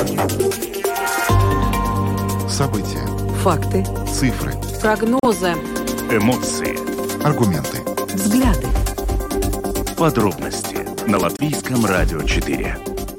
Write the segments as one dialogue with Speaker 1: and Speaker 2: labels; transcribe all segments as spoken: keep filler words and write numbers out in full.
Speaker 1: События.
Speaker 2: Факты.
Speaker 1: Цифры.
Speaker 2: Прогнозы.
Speaker 3: Эмоции.
Speaker 1: Аргументы.
Speaker 2: Взгляды.
Speaker 3: Подробности на Латвийском радио четыре.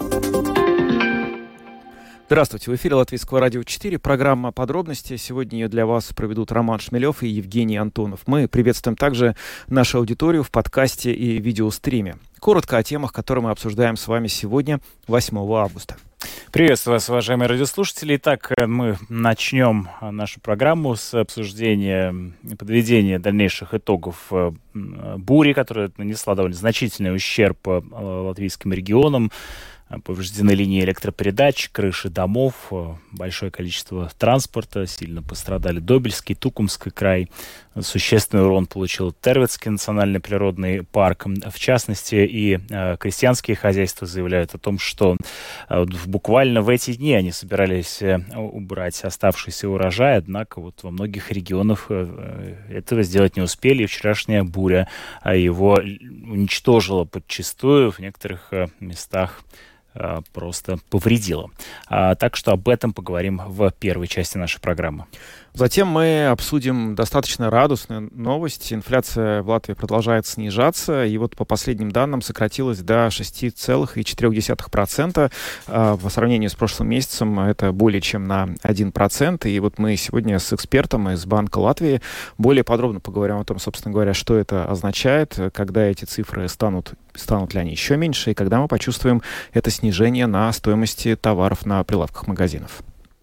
Speaker 4: Здравствуйте, в эфире Латвийского радио четыре, программа «Подробности». Сегодня ее для вас проведут Роман Шмелев и Евгений Антонов. Мы приветствуем также нашу аудиторию в подкасте и видеостриме. Коротко о темах, которые мы обсуждаем с вами сегодня, восьмого августа.
Speaker 5: Приветствую вас, уважаемые радиослушатели. Итак, мы начнем нашу программу с обсуждения и подведения дальнейших итогов бури, которая нанесла довольно значительный ущерб латвийским регионам. Повреждены линии электропередач, крыши домов, большое количество транспорта, сильно пострадали Добельский, Тукумский край. Существенный урон получил Тервецкий национальный природный парк. В частности, и э, крестьянские хозяйства заявляют о том, что э, буквально в эти дни они собирались э, убрать оставшийся урожай, однако вот во многих регионах э, этого сделать не успели, и вчерашняя буря э, его уничтожила подчистую, в некоторых э, местах просто повредило. А, так что об этом поговорим в первой части нашей программы.
Speaker 4: Затем мы обсудим достаточно радостную новость. Инфляция в Латвии продолжает снижаться, и вот по последним данным сократилась до шесть целых четыре десятых процента. По сравнению с прошлым месяцем это более чем на один процент. И вот мы сегодня с экспертом из Банка Латвии более подробно поговорим о том, собственно говоря, что это означает, когда эти цифры станут, станут ли они еще меньше, и когда мы почувствуем это снижение на стоимости товаров на прилавках магазинов.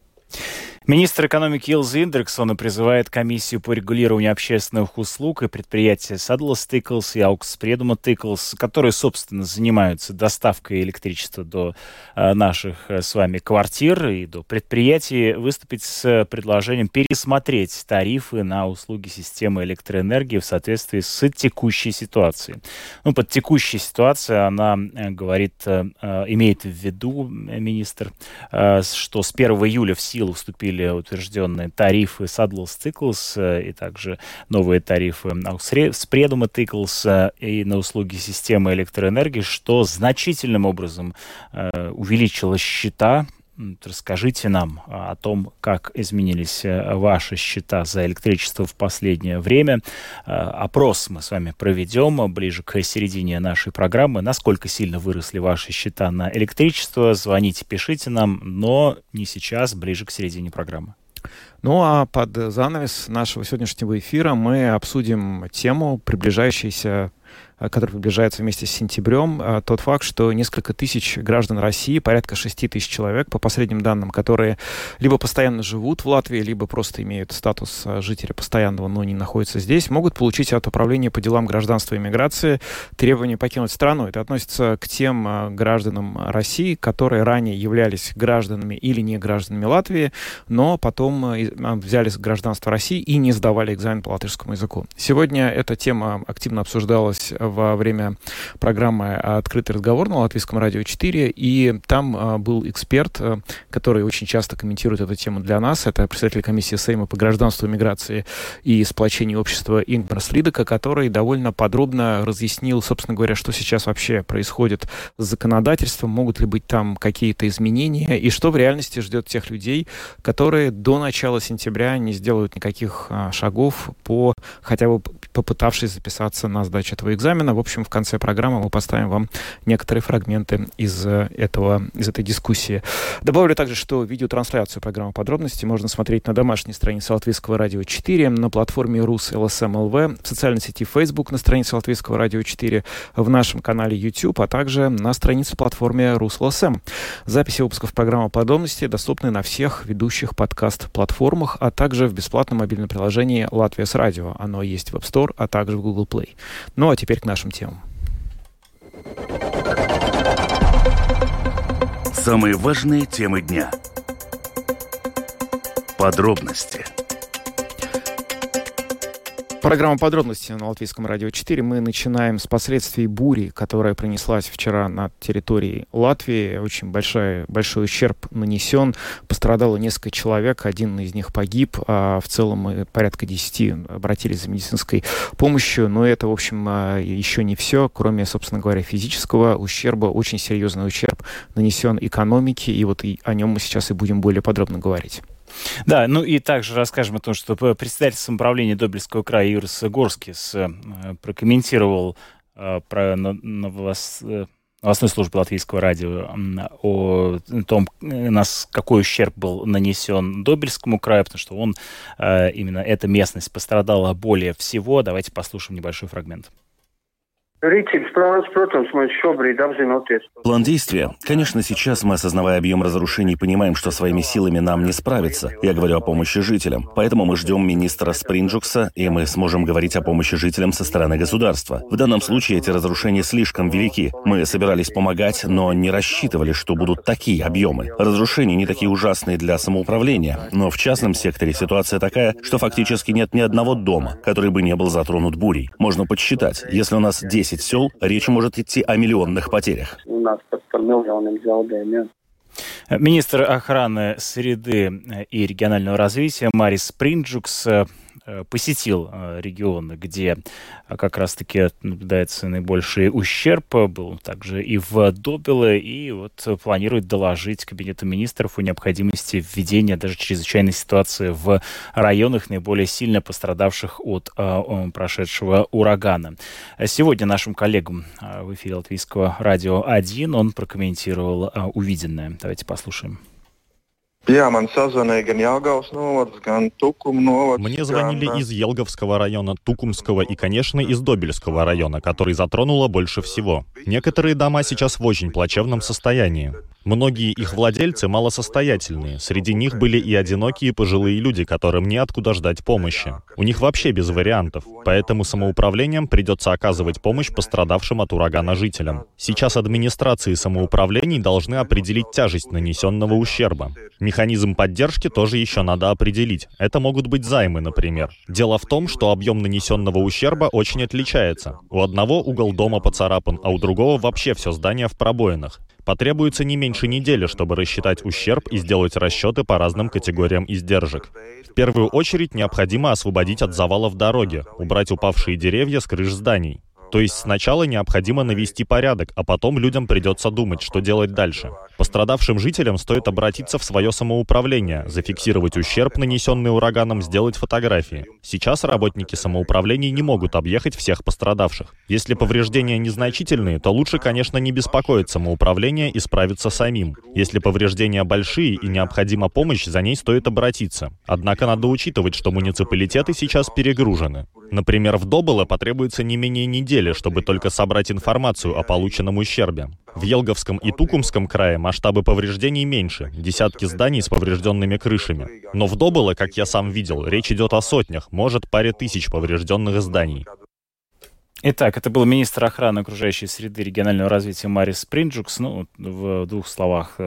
Speaker 5: Министр экономики Илза Индриксона призывает комиссию по регулированию общественных услуг и предприятия Садлас Тиклс и Аукспредума Тиклс, которые, собственно, занимаются доставкой электричества до э, наших э, с вами квартир и до предприятий, выступить с предложением пересмотреть тарифы на услуги системы электроэнергии в соответствии с текущей ситуацией. Ну, под текущей ситуацией она э, говорит, э, имеет в виду министр, э, что с первого июля в силу вступили утвержденные тарифы Садлас Тиклс и также новые тарифы Аукспредума Тиклс и на услуги системы электроэнергии, что значительным образом э, увеличило счета. Расскажите нам о том, как изменились ваши счета за электричество в последнее время. Опрос мы с вами проведем ближе к середине нашей программы. Насколько сильно выросли ваши счета на электричество? Звоните, пишите нам, но не сейчас, ближе к середине программы.
Speaker 4: Ну а под занавес нашего сегодняшнего эфира мы обсудим тему, приближающейся который приближается вместе с сентябрем, тот факт, что несколько тысяч граждан России, порядка шести тысяч человек, по последним данным, которые либо постоянно живут в Латвии, либо просто имеют статус жителя постоянного, но не находятся здесь, могут получить от Управления по делам гражданства и миграции требование покинуть страну. Это относится к тем гражданам России, которые ранее являлись гражданами или не гражданами Латвии, но потом взяли гражданство России и не сдавали экзамен по латышскому языку. Сегодня эта тема активно обсуждалась во время программы «Открытый разговор» на Латвийском радио четыре, и там а, был эксперт, а, который очень часто комментирует эту тему для нас. Это председатель комиссии Сейма по гражданству, миграции и сплочению общества Ингмарс Лидека, который довольно подробно разъяснил, собственно говоря, что сейчас вообще происходит с законодательством, могут ли быть там какие-то изменения, и что в реальности ждет тех людей, которые до начала сентября не сделают никаких а, шагов по, хотя бы попытавшись записаться на сдачу этого экзамена. В общем, в конце программы мы поставим вам некоторые фрагменты из этого, из этой дискуссии. Добавлю также, что видеотрансляцию программы «Подробности» можно смотреть на домашней странице Латвийского радио четыре, на платформе Рус эл эс эм эл ви, в социальной сети Facebook на странице Латвийского радио четыре, в нашем канале YouTube, а также на странице платформы Рус эл эс эм. Записи выпусков программы «Подробности» доступны на всех ведущих подкаст-платформах, а также в бесплатном мобильном приложении «Латвия с радио». Оно есть в App Store, а также в Google Play. Ну а теперь к нашим темам.
Speaker 3: Самые важные темы дня. Подробности.
Speaker 4: Программа «Подробности» на Латвийском радио четыре. Мы начинаем с последствий бури, которая пронеслась вчера над территорией Латвии. Очень большой, большой ущерб нанесен. Пострадало несколько человек, один из них погиб. А в целом порядка десяти обратились за медицинской помощью. Но это, в общем, еще не все. Кроме, собственно говоря, физического ущерба, очень серьезный ущерб нанесен экономике. И вот и о нем мы сейчас и будем более подробно говорить.
Speaker 5: Да, ну и также расскажем о том, что председатель самоуправления Добельского края Юрис Горскис прокомментировал э, про новос, новостную службу Латвийского радио о том, нас, какой ущерб был нанесен Добельскому краю, потому что он, э, именно эта местность пострадала более всего. Давайте послушаем небольшой фрагмент.
Speaker 3: План действия. Конечно, сейчас мы, осознавая объем разрушений, понимаем, что своими силами нам не справиться. Я говорю о помощи жителям. Поэтому мы ждем министра Спринджукса, и мы сможем говорить о помощи жителям со стороны государства. В данном случае эти разрушения слишком велики. Мы собирались помогать, но не рассчитывали, что будут такие объемы. Разрушения не такие ужасные для самоуправления, но в частном секторе ситуация такая, что фактически нет ни одного дома, который бы не был затронут бурей. Можно подсчитать, если у нас десять сел, речь может идти о миллионных потерях.
Speaker 5: Министр охраны среды и регионального развития Марис Спринджукс посетил регионы, где как раз-таки наблюдается наибольший ущерб, был также и в Добеле, и вот планирует доложить Кабинету министров о необходимости введения даже чрезвычайной ситуации в районах, наиболее сильно пострадавших от а, прошедшего урагана. Сегодня нашим коллегам в эфире Латвийского радио один он прокомментировал а, увиденное. Давайте послушаем.
Speaker 6: Мне звонили из Елговского района, Тукумского и, конечно, из Добельского района, который затронуло больше всего. Некоторые дома сейчас в очень плачевном состоянии. Многие их владельцы малосостоятельные. Среди них были и одинокие пожилые люди, которым неоткуда ждать помощи. У них вообще без вариантов. Поэтому самоуправлением придется оказывать помощь пострадавшим от урагана жителям. Сейчас администрации самоуправлений должны определить тяжесть нанесенного ущерба. Механизм поддержки тоже еще надо определить. Это могут быть займы, например. Дело в том, что объем нанесенного ущерба очень отличается. У одного угол дома поцарапан, а у другого вообще все здание в пробоинах. Потребуется не меньше недели, чтобы рассчитать ущерб и сделать расчеты по разным категориям издержек. В первую очередь необходимо освободить от завалов дороги, убрать упавшие деревья с крыш зданий. То есть сначала необходимо навести порядок, а потом людям придется думать, что делать дальше. Пострадавшим жителям стоит обратиться в свое самоуправление, зафиксировать ущерб, нанесенный ураганом, сделать фотографии. Сейчас работники самоуправлений не могут объехать всех пострадавших. Если повреждения незначительные, то лучше, конечно, не беспокоить самоуправление и справиться самим. Если повреждения большие и необходима помощь, за ней стоит обратиться. Однако надо учитывать, что муниципалитеты сейчас перегружены. Например, в Добеле потребуется не менее недели, чтобы только собрать информацию о полученном ущербе. В Елговском и Тукумском крае масштабы повреждений меньше, десятки зданий с поврежденными крышами. Но в Добеле, как я сам видел, речь идет о сотнях, может, паре тысяч поврежденных зданий.
Speaker 5: Итак, это был министр охраны окружающей среды и регионального развития Марис Спринджукс. Ну, в двух словах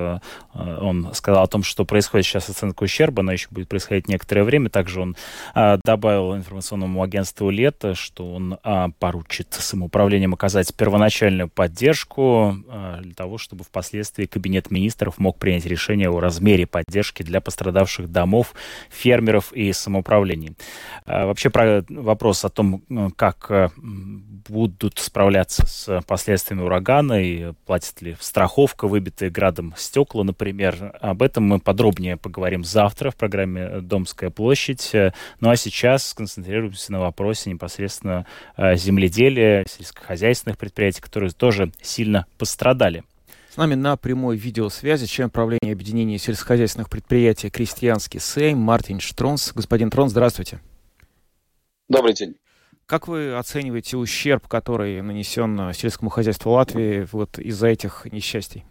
Speaker 5: он сказал о том, что происходит сейчас оценка ущерба, она еще будет происходить некоторое время. Также он добавил информационному агентству «Лето», что он поручит самоуправлением оказать первоначальную поддержку для того, чтобы впоследствии Кабинет министров мог принять решение о размере поддержки для пострадавших домов, фермеров и самоуправлений. Вообще, про вопрос о том, как будут справляться с последствиями урагана и платит ли страховка, выбитые градом стекла, например. Об этом мы подробнее поговорим завтра в программе «Домская площадь». Ну а сейчас сконцентрируемся на вопросе непосредственно земледелия, сельскохозяйственных предприятий, которые тоже сильно пострадали.
Speaker 4: С нами на прямой видеосвязи член правления объединения сельскохозяйственных предприятий «Крестьянский Сейм» Мартин Штронс. Господин Тронс, здравствуйте.
Speaker 7: Добрый день.
Speaker 4: Как вы оцениваете ущерб, который нанесен сельскому хозяйству Латвии вот из-за этих несчастий?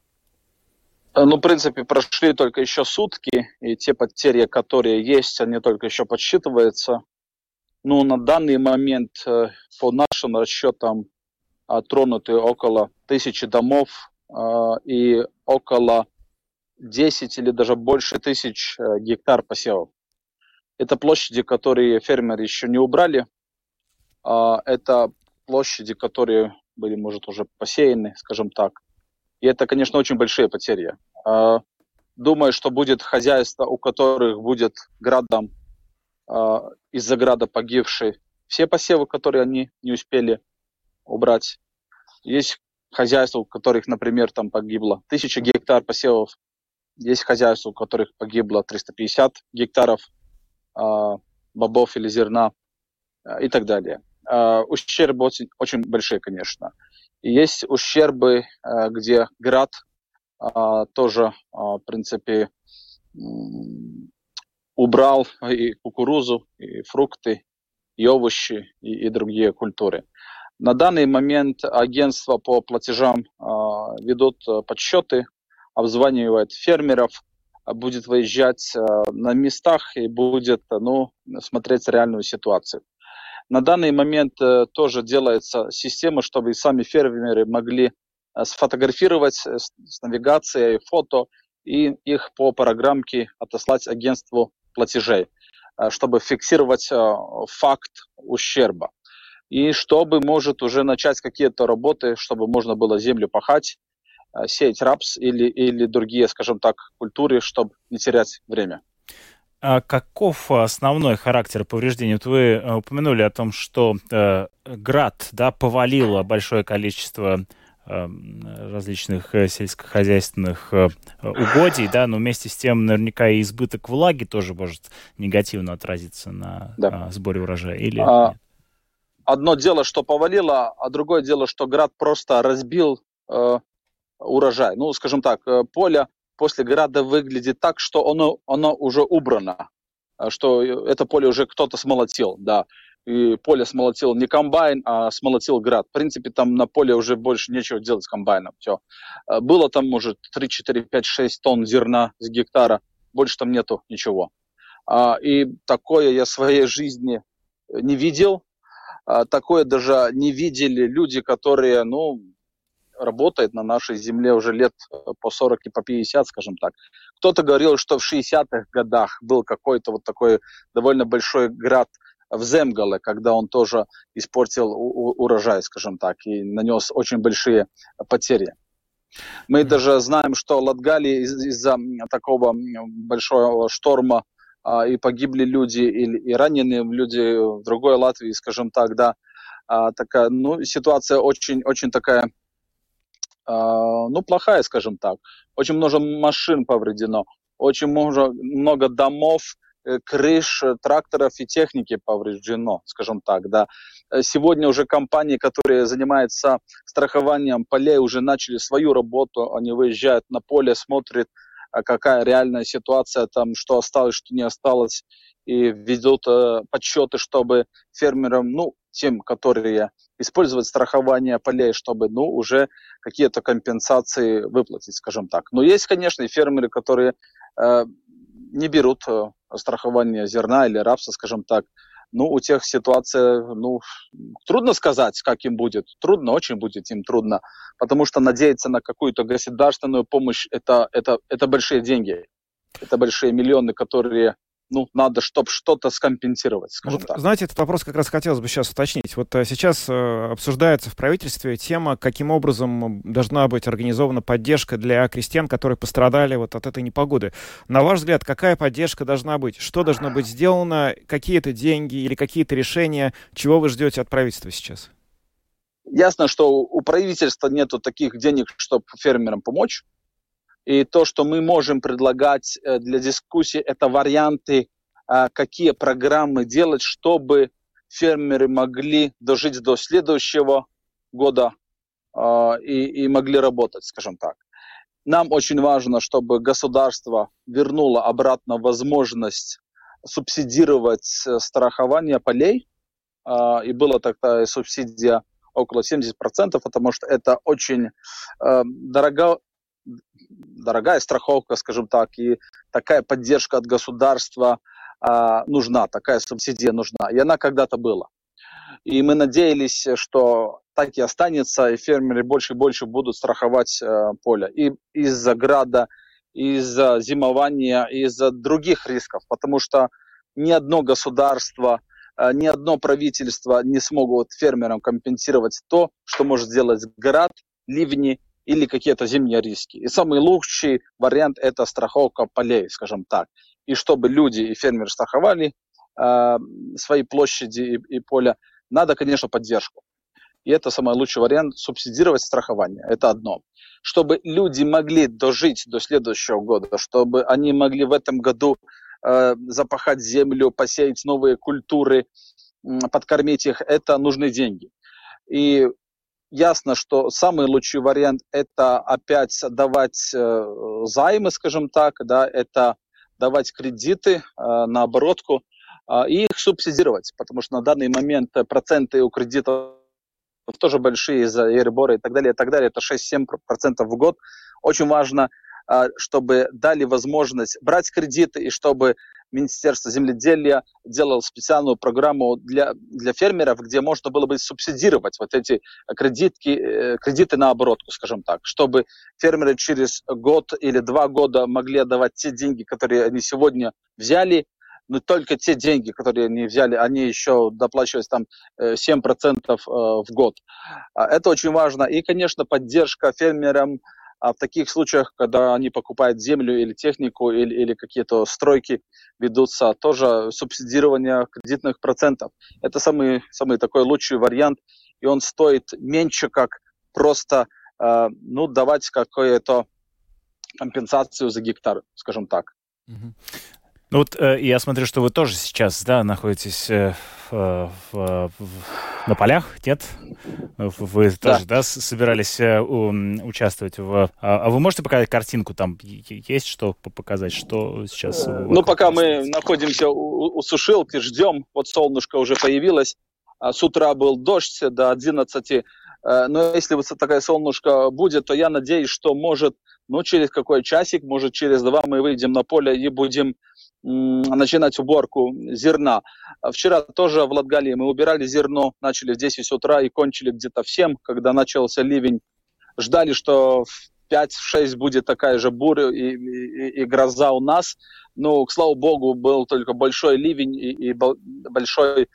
Speaker 7: Ну, в принципе, прошли только еще сутки, и те потери, которые есть, они только еще подсчитываются. Ну, на данный момент, по нашим расчетам, тронуты около тысячи домов и около десять или даже больше тысяч гектар посевов. Это площади, которые фермеры еще не убрали. Это площади, которые были, может, уже посеяны, скажем так. И это, конечно, очень большие потери. Думаю, что будет хозяйство, у которых будет градом из-за града погибшие все посевы, которые они не успели убрать. Есть хозяйства, у которых, например, там погибло тысяча гектар посевов. Есть хозяйства, у которых погибло триста пятьдесят гектаров бобов или зерна и так далее. Ущербы очень, очень большие, конечно. И есть ущербы, где град тоже, в принципе, убрал и кукурузу, и фрукты, и овощи, и, и другие культуры. На данный момент агентства по платежам ведут подсчеты, обзванивают фермеров, будет выезжать на местах и будет, ну, смотреть реальную ситуацию. На данный момент тоже делается система, чтобы сами фермеры могли сфотографировать с навигацией, фото, и их по программке отослать агентству платежей, чтобы фиксировать факт ущерба. И чтобы, может, уже начать какие-то работы, чтобы можно было землю пахать, сеять рапс или, или другие, скажем так, культуры, чтобы не терять время.
Speaker 5: А каков основной характер повреждений? Вот вы упомянули о том, что э, град, да, повалило большое количество э, различных э, сельскохозяйственных э, угодий, да, но вместе с тем наверняка и избыток влаги тоже может негативно отразиться на да. э, сборе урожая. Или
Speaker 7: а, одно дело, что повалило, а другое дело, что град просто разбил э, урожай. Ну, скажем так, поле после града выглядит так, что оно, оно уже убрано, что это поле уже кто-то смолотил, да. И поле смолотил не комбайн, а смолотил град. В принципе, там на поле уже больше нечего делать с комбайном. Все. Было там, может, три, четыре, пять, шесть тонн зерна с гектара. Больше там нету ничего. И такое я в своей жизни не видел. Такое даже не видели люди, которые, ну, работает на нашей земле уже лет по сорок и по пятьдесят, скажем так. Кто-то говорил, что в шестидесятых годах был какой-то вот такой довольно большой град в Земгале, когда он тоже испортил у- урожай, скажем так, и нанес очень большие потери. Мы mm-hmm. даже знаем, что Латгалии из- из-за такого большого шторма а, и погибли люди, и, и раненые люди в другой Латвии, скажем так, да. А, такая, ну, ситуация очень, очень такая, ну, плохая, скажем так. Очень много машин повреждено, очень много, много домов, крыш, тракторов и техники повреждено, скажем так, да. Сегодня уже компании, которые занимаются страхованием полей, уже начали свою работу, они выезжают на поле, смотрят, какая реальная ситуация там, что осталось, что не осталось, и ведут э, подсчеты, чтобы фермерам, ну, тем, которые используют страхование полей, чтобы, ну, уже какие-то компенсации выплатить, скажем так. Но есть, конечно, и фермеры, которые э, не берут э, страхование зерна или рапса, скажем так. Ну, у тех ситуация, ну, трудно сказать, как им будет. Трудно, очень будет им трудно, потому что надеяться на какую-то государственную помощь, это, это, это большие деньги. Это большие миллионы, которые, ну, надо, чтобы что-то скомпенсировать, скажем
Speaker 4: вот,
Speaker 7: так.
Speaker 4: Знаете, этот вопрос как раз хотелось бы сейчас уточнить. Вот а, сейчас а, обсуждается в правительстве тема, каким образом должна быть организована поддержка для крестьян, которые пострадали вот от этой непогоды. На ваш взгляд, какая поддержка должна быть? Что должно быть сделано? Какие-то деньги или какие-то решения? Чего вы ждете от правительства сейчас?
Speaker 7: Ясно, что у правительства нету таких денег, чтобы фермерам помочь. И то, что мы можем предлагать для дискуссии, это варианты, какие программы делать, чтобы фермеры могли дожить до следующего года и, и могли работать, скажем так. Нам очень важно, чтобы государство вернуло обратно возможность субсидировать страхование полей. И была такая субсидия около семьдесят процентов, потому что это очень дорого. Дорогая страховка, скажем так, и такая поддержка от государства э, нужна, такая субсидия нужна. И она когда-то была. И мы надеялись, что так и останется, и фермеры больше и больше будут страховать э, поле. И из-за града, из-за зимования, из-за других рисков. Потому что ни одно государство ни одно правительство не смогут фермерам компенсировать то, что может сделать град, ливни или какие-то зимние риски. И самый лучший вариант – это страховка полей, скажем так. И чтобы люди и фермеры страховали э, свои площади и, и поля, надо, конечно, поддержку. И это самый лучший вариант – субсидировать страхование. Это одно. Чтобы люди могли дожить до следующего года, чтобы они могли в этом году э, запахать землю, посеять новые культуры, э, подкормить их, это нужны деньги. И ясно, что самый лучший вариант – это опять давать э, займы, скажем так, да, это давать кредиты э, на оборотку э, и их субсидировать, потому что на данный момент проценты у кредитов тоже большие из-за Euribor и так далее, и так далее, это шесть-семь процентов в год. Очень важно, чтобы дали возможность брать кредиты и чтобы Министерство земледелия делало специальную программу для, для фермеров, где можно было бы субсидировать вот эти кредитки, кредиты на оборотку, скажем так, чтобы фермеры через год или два года могли отдавать те деньги, которые они сегодня взяли, но только те деньги, которые они взяли, они еще доплачивались там семь процентов в год. Это очень важно. И, конечно, поддержка фермерам в таких случаях, когда они покупают землю или технику, или, или какие-то стройки ведутся, тоже субсидирование кредитных процентов. Это самый, самый такой лучший вариант, и он стоит меньше, как просто ну, давать какую-то компенсацию за гектар, скажем так.
Speaker 5: Mm-hmm. Ну вот э, я смотрю, что вы тоже сейчас, да, находитесь э, в, в, в, на полях, нет? Вы да. тоже, да, собирались э, у, участвовать в... А, а вы можете показать картинку? Там есть что показать, что сейчас...
Speaker 7: Ну, пока мы находимся у, у сушилки, ждем, вот солнышко уже появилось, с утра был дождь до одиннадцати, но если вот такая солнышко будет, то я надеюсь, что может, ну, через какой часик, может, через два мы выйдем на поле и будем начинать уборку зерна. Вчера тоже в Латгалии мы убирали зерно, начали в десять утра и кончили где-то в семь, когда начался ливень. Ждали, что в пять-шесть будет такая же буря и, и, и гроза у нас. Но, к слава богу, был только большой ливень и, и большой...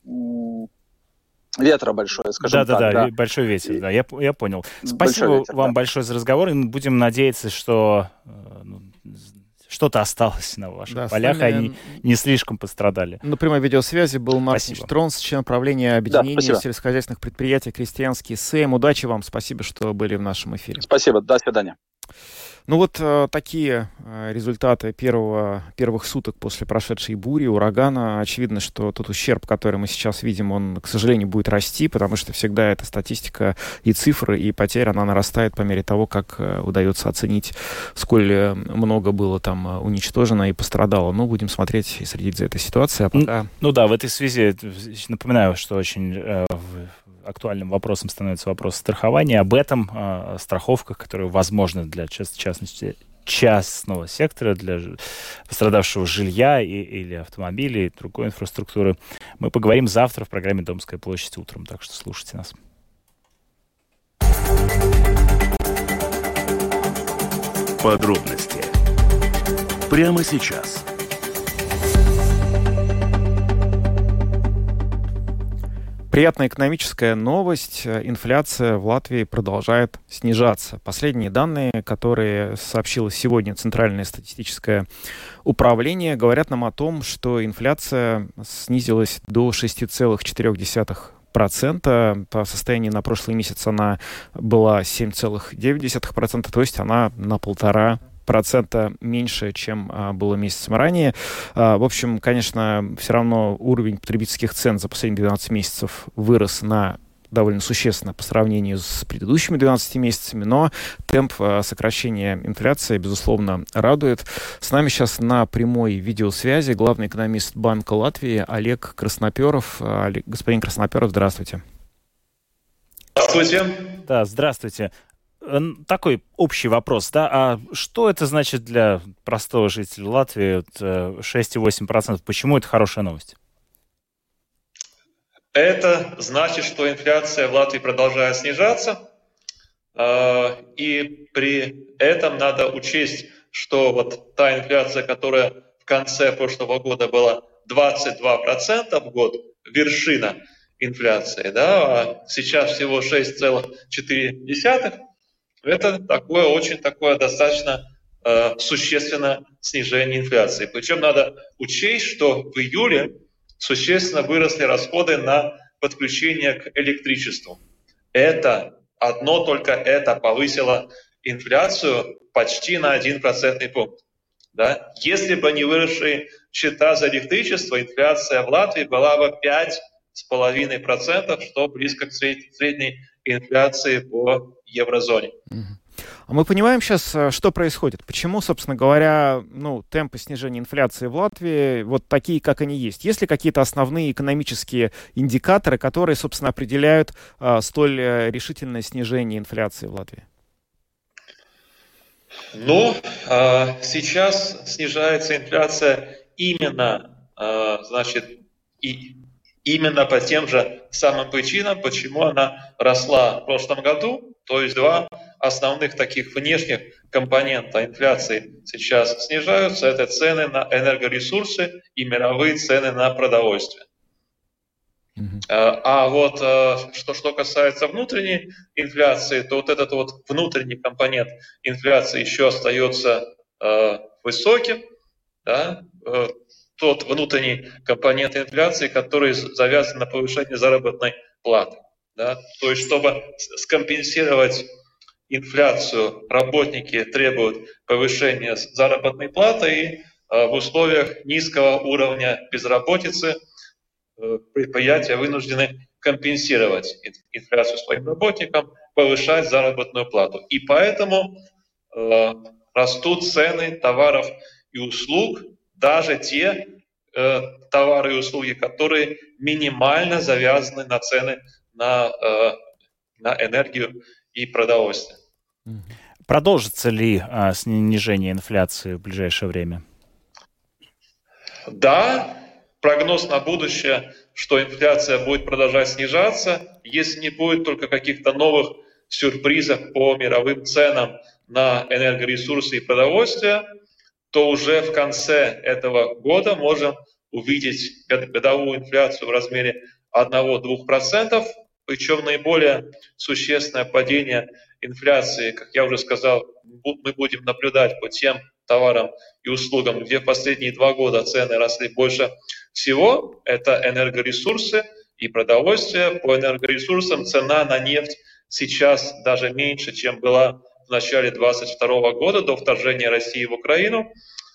Speaker 7: Ветра большое, скажем
Speaker 5: да,
Speaker 7: так.
Speaker 5: Да, да,
Speaker 7: да,
Speaker 5: большой ветер, да, я, я понял. Спасибо ветер, вам да. большое за разговор, и будем надеяться, что ну, что-то осталось на ваших да, полях, и они не слишком пострадали.
Speaker 4: На прямой видеосвязи был Мартин Штронс, член правления объединения да, сельскохозяйственных предприятий «Крестьянский Сейм». Удачи вам, спасибо, что были в нашем эфире.
Speaker 7: Спасибо, до свидания.
Speaker 4: Ну вот э, такие э, результаты первого, первых суток после прошедшей бури, урагана. Очевидно, что тот ущерб, который мы сейчас видим, он, к сожалению, будет расти, потому что всегда эта статистика и цифры, и потеря, она нарастает по мере того, как э, удается оценить, сколь много было там уничтожено и пострадало. Ну, будем смотреть и следить за этой ситуацией. А пока...
Speaker 5: ну, ну да, в этой связи напоминаю, что очень... Э, актуальным вопросом становится вопрос страхования. Об этом, о страховках, которые возможны для, в частности, частного сектора, для пострадавшего жилья и, или автомобилей, и другой инфраструктуры. Мы поговорим завтра в программе «Домская площадь» утром, так что слушайте нас.
Speaker 3: Подробности прямо сейчас.
Speaker 4: Приятная экономическая новость. Инфляция в Латвии продолжает снижаться. Последние данные, которые сообщило сегодня Центральное статистическое управление, говорят нам о том, что инфляция снизилась до шесть целых четыре десятых процента. По состоянию на прошлый месяц она была семь целых девять десятых процента, то есть она на полтора процента меньше, чем а, было месяцем ранее. А, в общем, конечно, все равно уровень потребительских цен за последние двенадцать месяцев вырос на довольно существенно по сравнению с предыдущими двенадцатью месяцами, но темп а, сокращения инфляции, безусловно, радует. С нами сейчас на прямой видеосвязи главный экономист Банка Латвии Олег Красноперов. Олег, господин Красноперов, здравствуйте.
Speaker 5: Здравствуйте. Да, здравствуйте. Такой общий вопрос, да, а что это значит для простого жителя Латвии, шесть целых восемь десятых процента? Почему это хорошая новость?
Speaker 8: Это значит, что инфляция в Латвии продолжает снижаться, и при этом надо учесть, что вот та инфляция, которая в конце прошлого года была двадцать два процента в год вершина инфляции, да, а сейчас всего шесть целых четыре десятых, это такое очень такое достаточно э, существенное снижение инфляции. Причем надо учесть, что в июле существенно выросли расходы на подключение к электричеству. Это, одно только это повысило инфляцию почти на один процентный пункт. Да? Если бы не выросшие счета за электричество, инфляция в Латвии была бы пять целых пять десятых процента, что близко к средней инфляции по еврозоне.
Speaker 4: А мы понимаем сейчас, что происходит? Почему, собственно говоря, ну, темпы снижения инфляции в Латвии вот такие, как они есть? Есть ли какие-то основные экономические индикаторы, которые, собственно, определяют а, столь решительное снижение инфляции в Латвии?
Speaker 8: Ну, а, сейчас снижается инфляция именно, а, значит, и именно по тем же самым причинам, почему она росла в прошлом году. То есть два основных таких внешних компонента инфляции сейчас снижаются. Это цены на энергоресурсы и мировые цены на продовольствие. Mm-hmm. А, а вот что, что касается внутренней инфляции, то вот этот вот внутренний компонент инфляции еще остается э, высоким, да, э, тот внутренний компонент инфляции, который завязан на повышение заработной платы. Да? То есть, чтобы скомпенсировать инфляцию, работники требуют повышения заработной платы, и э, в условиях низкого уровня безработицы э, предприятия вынуждены компенсировать инфляцию своим работникам, повышать заработную плату. И поэтому э, растут цены товаров и услуг, даже те э, товары и услуги, которые минимально завязаны на цены на, э, на энергию и продовольствие.
Speaker 5: Продолжится ли а, снижение инфляции в ближайшее время?
Speaker 8: Да, прогноз на будущее, что инфляция будет продолжать снижаться, если не будет только каких-то новых сюрпризов по мировым ценам на энергоресурсы и продовольствие, то уже в конце этого года можем увидеть годовую инфляцию в размере один-два процента, причем наиболее существенное падение инфляции, как я уже сказал, мы будем наблюдать по тем товарам и услугам, где в последние два года цены росли больше всего. Это энергоресурсы и продовольствие. По энергоресурсам цена на нефть сейчас даже меньше, чем была в начале двадцать второго года, до вторжения России в Украину.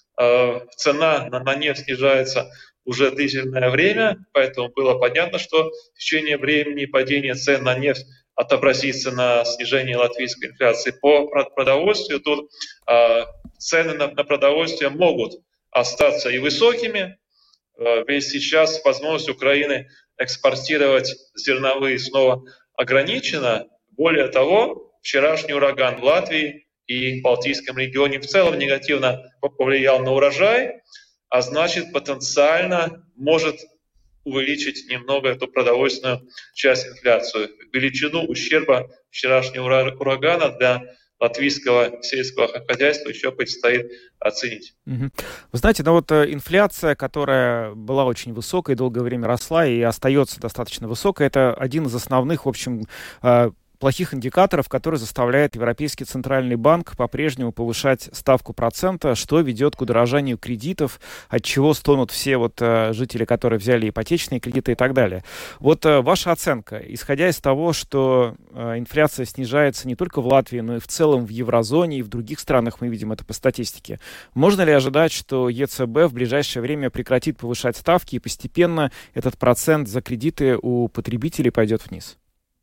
Speaker 8: Цена на нефть снижается уже длительное время, поэтому было понятно, что в течение времени падение цен на нефть отобразится на снижении латвийской инфляции. По продовольствию тут э, цены на, на продовольствие могут остаться и высокими, э, ведь сейчас возможность Украины экспортировать зерновые снова ограничена. Более того, вчерашний ураган в Латвии и Балтийском регионе в целом негативно повлиял на урожай, а значит потенциально может увеличить немного эту продовольственную часть инфляции. Величину ущерба вчерашнего урагана для латвийского сельского хозяйства еще предстоит оценить.
Speaker 4: Угу. Вы знаете, ну вот инфляция, которая была очень высокой, долгое время росла и остается достаточно высокой, это один из основных, в общем, плохих индикаторов, который заставляет Европейский Центральный банк по-прежнему повышать ставку процента, что ведет к удорожанию кредитов, от чего стонут все вот э, жители, которые взяли ипотечные кредиты и так далее. Вот э, ваша оценка, исходя из того, что э, инфляция снижается не только в Латвии, но и в целом в еврозоне и в других странах, мы видим это по статистике, можно ли ожидать, что ЕЦБ в ближайшее время прекратит повышать ставки и постепенно этот процент за кредиты у потребителей пойдет вниз?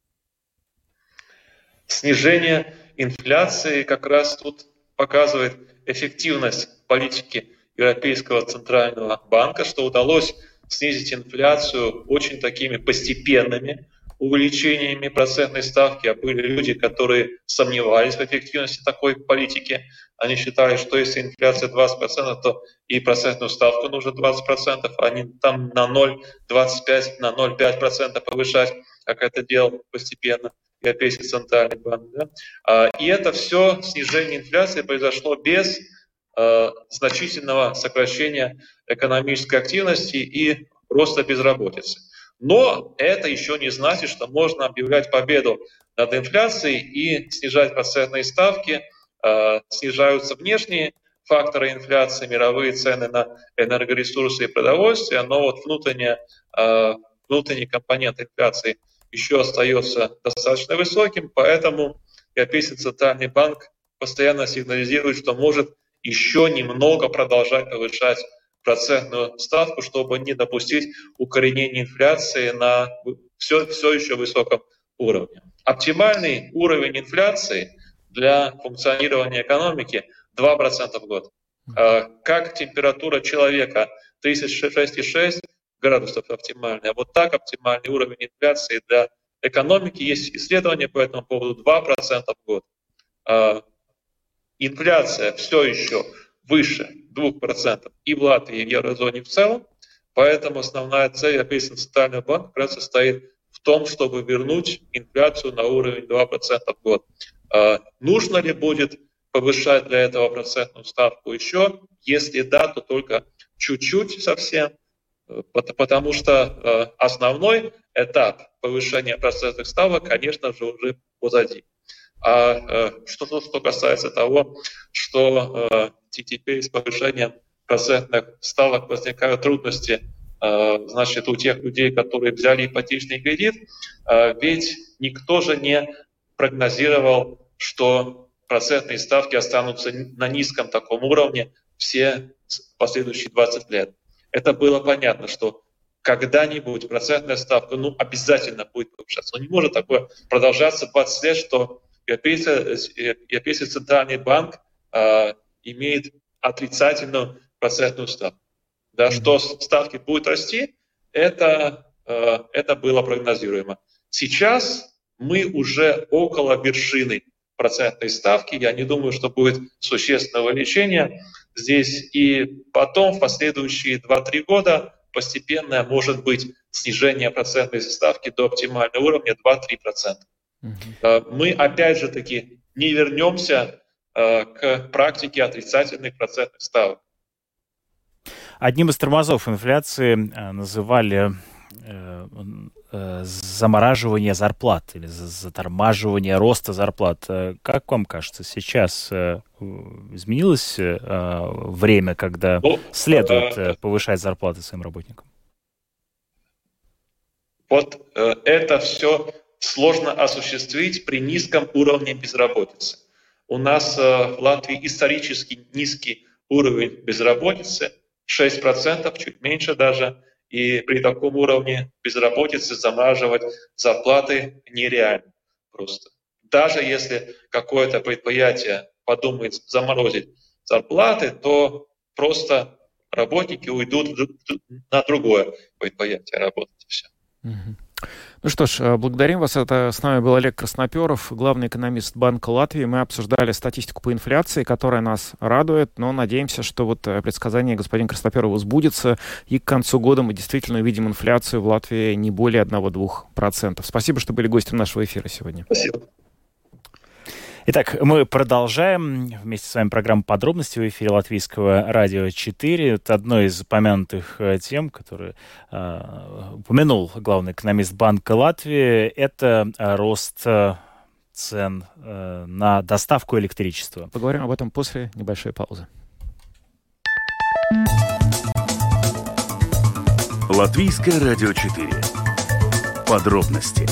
Speaker 8: Снижение инфляции как раз тут показывает эффективность политики Европейского Центрального банка, что удалось снизить инфляцию очень такими постепенными увеличениями процентной ставки. А были люди, которые сомневались в эффективности такой политики. Они считали, что если инфляция двадцать процентов, то и процентную ставку нужно двадцать процентов, а не там на ноль целых двадцать пять сотых, на ноль целых пять десятых процента повышать, как это делал постепенно Европейский Центральный банк. Да? И это все снижение инфляции произошло без э, значительного сокращения экономической активности и роста безработицы. Но это еще не значит, что можно объявлять победу над инфляцией и снижать процентные ставки, э, снижаются внешние факторы инфляции, мировые цены на энергоресурсы и продовольствие, но вот внутренняя, э, внутренний компонент инфляции еще остается достаточно высоким, поэтому Европейский центральный банк постоянно сигнализирует, что может еще немного продолжать повышать процентную ставку, чтобы не допустить укоренения инфляции на все, все еще высоком уровне. Оптимальный уровень инфляции для функционирования экономики два процента в год. Как температура человека тридцать шесть и шесть градусов оптимальный, а вот так оптимальный уровень инфляции для экономики. Есть исследования по этому поводу два процента в год. Инфляция все еще выше двух процентов и в Латвии, и в еврозоне в целом, поэтому основная цель Европейского центрального банка как раз состоит в том, чтобы вернуть инфляцию на уровень два процента в год. Нужно ли будет повышать для этого процентную ставку еще? Если да, то только чуть-чуть совсем, потому что основной этап повышения процентных ставок, конечно же, уже позади. А что, что касается того, что теперь с повышением процентных ставок возникают трудности, значит, у тех людей, которые взяли ипотечный кредит, ведь никто же не прогнозировал, что процентные ставки останутся на низком таком уровне все последующие двадцать лет. Это было понятно, что когда-нибудь процентная ставка ну, обязательно будет повышаться. Но не может такое продолжаться двадцать лет, что Европейский, Европейский центральный банк э, имеет отрицательную процентную ставку. Да, mm-hmm. Что ставки будут расти, это, э, это было прогнозируемо. Сейчас мы уже около вершины процентной ставки. Я не думаю, что будет существенное увеличение здесь. И потом в последующие два-три года постепенно может быть снижение процентной ставки до оптимального уровня два-три процента. Uh-huh. Мы опять же таки не вернемся э, к практике отрицательных процентных ставок.
Speaker 5: Одним из тормозов инфляции э, называли э, э, замораживание зарплат или затормаживание роста зарплат. Как вам кажется, сейчас э, изменилось э, время, когда ну, следует э, повышать зарплаты своим работникам?
Speaker 8: Вот э, это все сложно осуществить при низком уровне безработицы. У нас э, в Латвии исторически низкий уровень безработицы, шесть процентов, чуть меньше даже, и при таком уровне безработицы замораживать зарплаты нереально просто. Даже если какое-то предприятие подумает заморозить зарплаты, то просто работники уйдут на другое предприятие работать и все.
Speaker 4: Mm-hmm. Ну что ж, благодарим вас. Это с нами был Олег Красноперов, главный экономист Банка Латвии. Мы обсуждали статистику по инфляции, которая нас радует, но надеемся, что вот предсказание господина Красноперова сбудется, и к концу года мы действительно увидим инфляцию в Латвии не более одного-двух процентов. Спасибо, что были гостем нашего эфира сегодня.
Speaker 8: Спасибо.
Speaker 5: Итак, мы продолжаем вместе с вами программу «Подробности» в эфире Латвийского радио четыре. Это одно из упомянутых тем, которые э, упомянул главный экономист Банка Латвии. Это рост цен э, на доставку электричества.
Speaker 4: Поговорим об этом после небольшой паузы.
Speaker 9: Латвийское радио четыре. Подробности.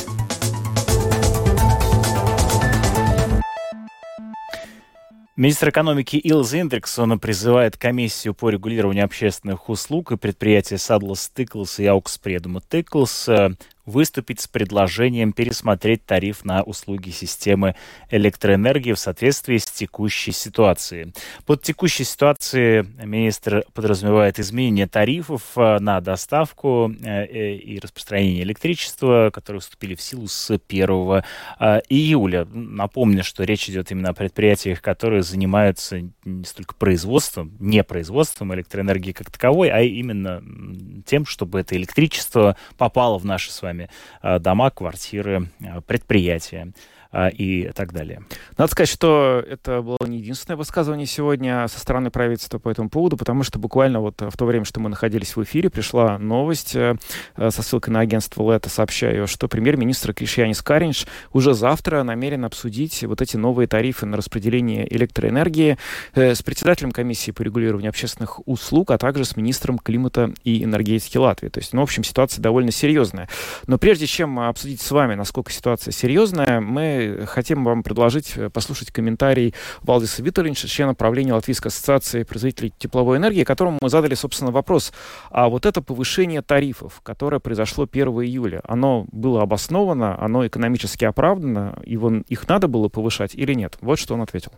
Speaker 5: Министр экономики Илз Индриксон призывает комиссию по регулированию общественных услуг и предприятия Saddlers Stickles и Augspreduma Tickles выступить с предложением пересмотреть тариф на услуги системы электроэнергии в соответствии с текущей ситуацией. Под текущей ситуацией министр подразумевает изменение тарифов на доставку и распространение электричества, которые вступили в силу с первого июля. Напомню, что речь идет именно о предприятиях, которые занимаются не столько производством, не производством электроэнергии как таковой, а именно тем, чтобы это электричество попало в наши с вами дома, квартиры, предприятия. а, и так далее.
Speaker 4: Надо сказать, что это было не единственное высказывание сегодня со стороны правительства по этому поводу, потому что буквально вот в то время, что мы находились в эфире, пришла новость э, со ссылкой на агентство Лето, сообщаю, что премьер-министр Кришьянис Кариньш уже завтра намерен обсудить вот эти новые тарифы на распределение электроэнергии э, с председателем комиссии по регулированию общественных услуг, а также с министром климата и энергетики Латвии. То есть, ну, в общем, ситуация довольно серьезная. Но прежде чем обсудить с вами, насколько ситуация серьезная, мы хотим вам предложить послушать комментарий Валдиса Виталинша, члена правления Латвийской ассоциации производителей тепловой энергии, которому мы задали, собственно, вопрос. А вот это повышение тарифов, которое произошло первого июля, оно было обосновано, оно экономически оправдано, его, их надо было повышать или нет? Вот что он ответил.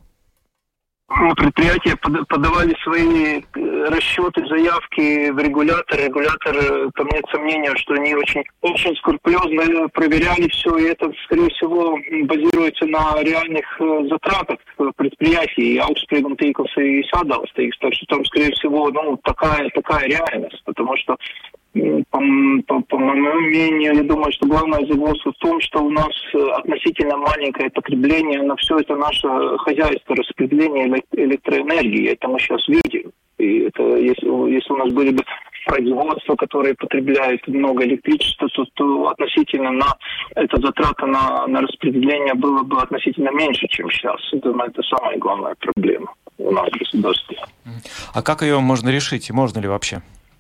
Speaker 10: Предприятия подавали свои расчеты, заявки в регулятор. Регулятор, там нет сомнения, что они очень, очень скрупулезно проверяли все, и это, скорее всего, базируется на реальных затратах предприятий, Аукспрегум, Тейклс и Садалстейкс. Так что там, скорее всего, ну, такая, такая реальность, потому что По, по, по моему мнению, я думаю, что главная загвоздка в том, что у нас относительно маленькое потребление, но все это наше хозяйство, распределение электроэнергии, это мы сейчас видим. И это, если, если у нас были бы производства, которые потребляют много электричества, то, то относительно на эта затрата на, на распределение было бы относительно меньше, чем сейчас. Думаю, это самая главная проблема у нас в государстве.
Speaker 4: А как ее можно решить? И можно ли вообще?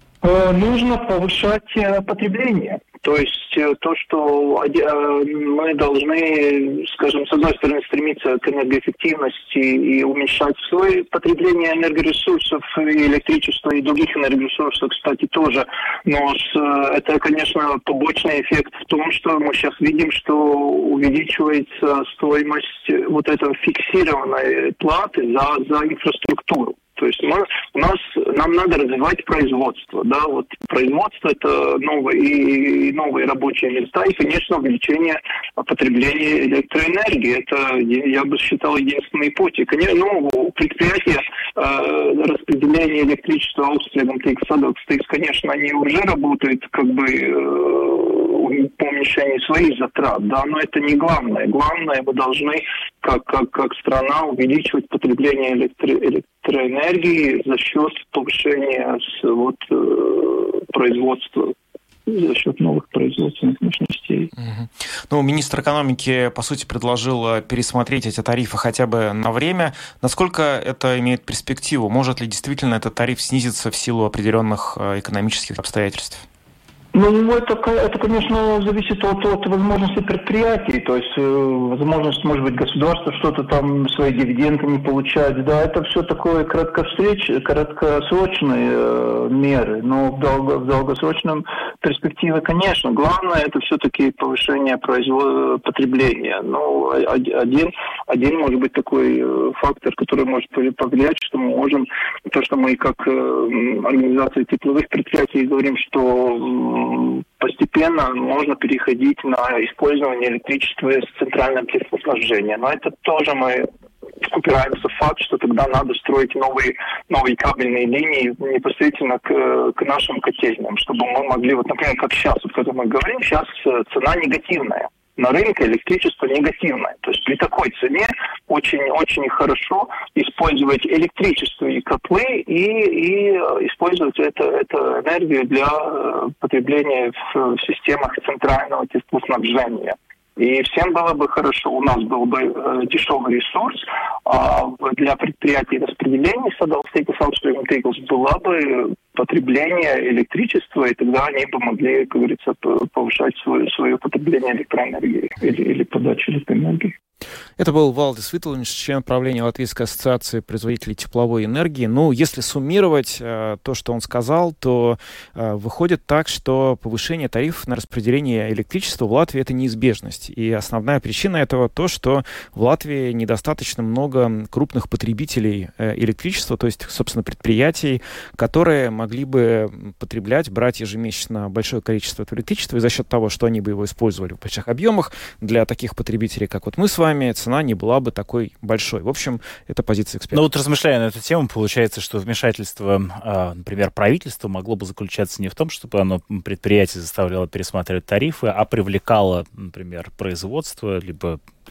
Speaker 10: Нужно повышать потребление. То есть то, что мы должны, скажем, с одной стороны стремиться к энергоэффективности и уменьшать свое потребление энергоресурсов, и электричества, и других энергоресурсов, кстати, тоже. Но это, конечно, побочный эффект в том, что мы сейчас видим, что увеличивается стоимость вот этой фиксированной платы за, за инфраструктуру. То есть мы, у нас, нам надо развивать производство, да, вот производство это новые, и новые рабочие места, и, конечно, увеличение потребления электроэнергии. Это, я бы считал, единственный путь. И, конечно, ну, предприятия э, распределения электричества Аукспрегум, Тейкс, Садалстейкс, конечно, они уже работают как бы э, по уменьшению своих затрат, да, но это не главное. Главное, мы должны, как, как, как страна, увеличивать потребление электро, электроэнергии за счет повышения вот, э, производства, за счет новых производственных мощностей.
Speaker 4: Угу. Ну, министр экономики, по сути, предложил пересмотреть эти тарифы хотя бы на время. Насколько это имеет перспективу? Может ли действительно этот тариф снизиться в силу определенных экономических обстоятельств?
Speaker 10: Ну, это, это, конечно, зависит от, от возможности предприятий, то есть возможность, может быть, государства что-то там, свои дивиденды не получать, да, это все такое кратковстреч, краткосрочные э, меры, но в, долго, в долгосрочном перспективе, конечно, главное это все-таки повышение производ... потребления. Ну, один, один, может быть, такой фактор, который может повлиять, что мы можем, то, что мы как э, организация тепловых предприятий говорим, что постепенно можно переходить на использование электричества с центральным теплоснабжением. Но это тоже мы упираемся в факт, что тогда надо строить новые, новые кабельные линии непосредственно к, к нашим котельным, чтобы мы могли, вот, например, как сейчас, вот, когда мы говорим, сейчас цена негативная. На рынке электричество негативное. То есть при такой цене очень-очень хорошо использовать электричество и котлы и, и использовать это, эту энергию для потребления в, в системах центрального теплоснабжения. И всем было бы хорошо, у нас был бы э, дешевый ресурс, а для предприятий распределения Садалстейкс, Аукспрегум, Тейклс было бы потребление электричества, и тогда они бы могли, как говорится, повышать свое, свое потребление электроэнергии или, или подачу электроэнергии.
Speaker 4: Это был Валдис Виталинш, член правления Латвийской ассоциации производителей тепловой энергии. Ну, если суммировать э, то, что он сказал, то э, выходит так, что повышение тарифов на распределение электричества в Латвии — это неизбежность. И основная причина этого то, что в Латвии недостаточно много крупных потребителей э, электричества, то есть, собственно, предприятий, которые могли бы потреблять, брать ежемесячно большое количество этого электричества, и за счет того, что они бы его использовали в больших объемах, для таких потребителей, как вот мы с вами, цена не была бы такой большой. В общем, это позиция экспертов.
Speaker 5: Ну вот, размышляя на эту тему, получается, что вмешательство, например, правительства могло бы заключаться не в том, чтобы оно предприятие заставляло пересматривать тарифы, а привлекало, например, производство, либо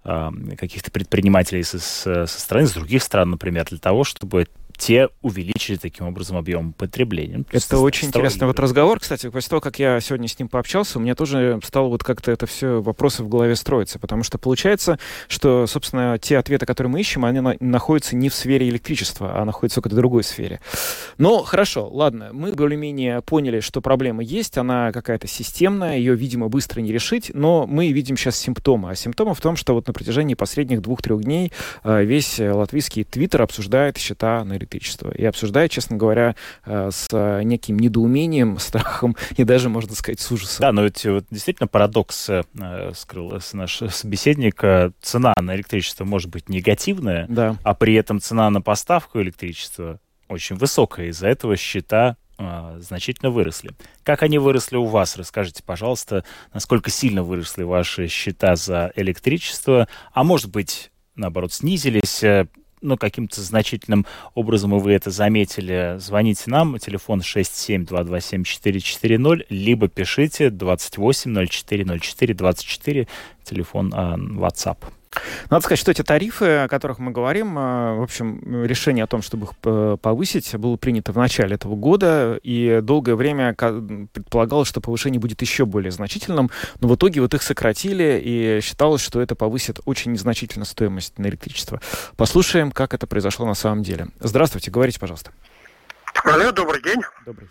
Speaker 5: э, каких-то предпринимателей со, со стороны, с других стран, например, для того, чтобы те увеличили таким образом объем потребления.
Speaker 4: Это Ст- очень интересный вот разговор, кстати. После того, как я сегодня с ним пообщался, у меня тоже стало вот как-то это все вопросы в голове строиться, потому что получается, что, собственно, те ответы, которые мы ищем, они на- находятся не в сфере электричества, а находятся в какой-то другой сфере. Но хорошо, ладно, мы более-менее поняли, что проблема есть, она какая-то системная, ее, видимо, быстро не решить, но мы видим сейчас симптомы. А симптомы в том, что вот на протяжении последних двух-трех дней весь латвийский твиттер обсуждает счета на электричество. И обсуждает, честно говоря, с неким недоумением, страхом и даже, можно сказать, с ужасом.
Speaker 5: Да, но ведь вот, действительно парадокс э, скрыл наш собеседник. Цена на электричество может быть негативная,
Speaker 4: да.
Speaker 5: а при этом цена на поставку электричества очень высокая. Из-за этого счета э, значительно выросли. Как они выросли у вас? Расскажите, пожалуйста, насколько сильно выросли ваши счета за электричество, а может быть, наоборот, снизились, но каким-то значительным образом вы это заметили. Звоните нам, телефон шесть семь два два семь четыре четыре ноль, либо пишите двадцать восемь ноль четыре ноль четыре двадцать четыре, телефон э, WhatsApp.
Speaker 4: Надо сказать, что эти тарифы, о которых мы говорим, в общем, решение о том, чтобы их повысить, было принято в начале этого года, и долгое время предполагалось, что повышение будет еще более значительным, но в итоге вот их сократили, и считалось, что это повысит очень незначительно стоимость на электричество. Послушаем, как это произошло на самом деле. Здравствуйте, говорите, пожалуйста.
Speaker 11: Алло, добрый день.
Speaker 4: Добрый.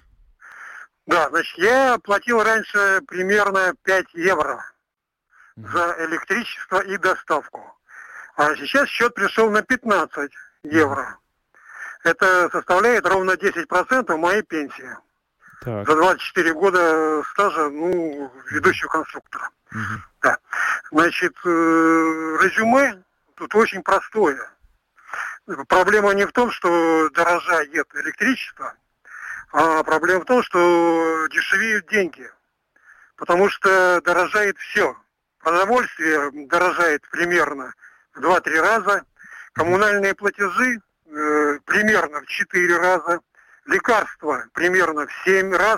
Speaker 11: Да, значит, я платил раньше примерно пять евро за электричество и доставку. А сейчас счет пришел на пятнадцать евро. Это составляет ровно десять процентов моей пенсии.
Speaker 4: Так.
Speaker 11: За двадцать четыре года стажа, ну, ведущего конструктора.
Speaker 4: Угу.
Speaker 11: Да. Значит, э, резюме тут очень простое. Проблема не в том, что дорожает электричество, а проблема в том, что дешевеют деньги. Потому что дорожает все. Продовольствие дорожает примерно в два-три раза, коммунальные платежи э, примерно в четыре раза, лекарства примерно в семь раз,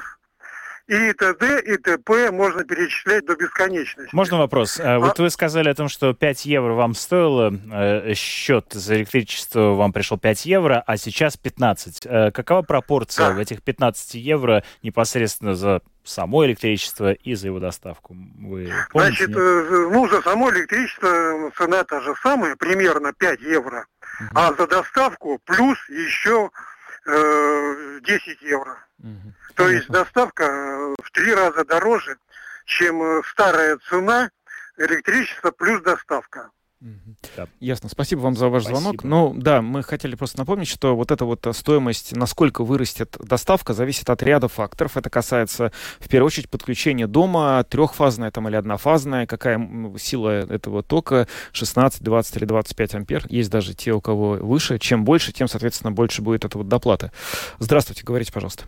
Speaker 11: и т.д. и т.п. можно перечислять до бесконечности.
Speaker 5: Можно вопрос? А... Вот вы сказали о том, что пять евро вам стоило, э, счет за электричество вам пришел пять евро, а сейчас пятнадцать. Э, какова пропорция да. в этих пятнадцати евро непосредственно за само электричество и за его доставку? Вы помните,
Speaker 11: Значит, нет? ну, за само электричество цена та же самая, примерно пять евро, uh-huh. а за доставку плюс еще э, десять евро. Uh-huh. То uh-huh. есть доставка в три раза дороже, чем старая цена электричества плюс доставка.
Speaker 4: Да. Ясно. Спасибо вам за ваш
Speaker 5: Спасибо.
Speaker 4: звонок. Ну, да, мы хотели просто напомнить, что вот эта вот стоимость, насколько вырастет доставка, зависит от ряда факторов. Это касается, в первую очередь, подключения дома, трехфазная там или однофазная, какая сила этого тока, шестнадцать, двадцать или двадцать пять ампер. Есть даже те, у кого выше. Чем больше, тем, соответственно, больше будет эта вот доплата. Здравствуйте, говорите, пожалуйста.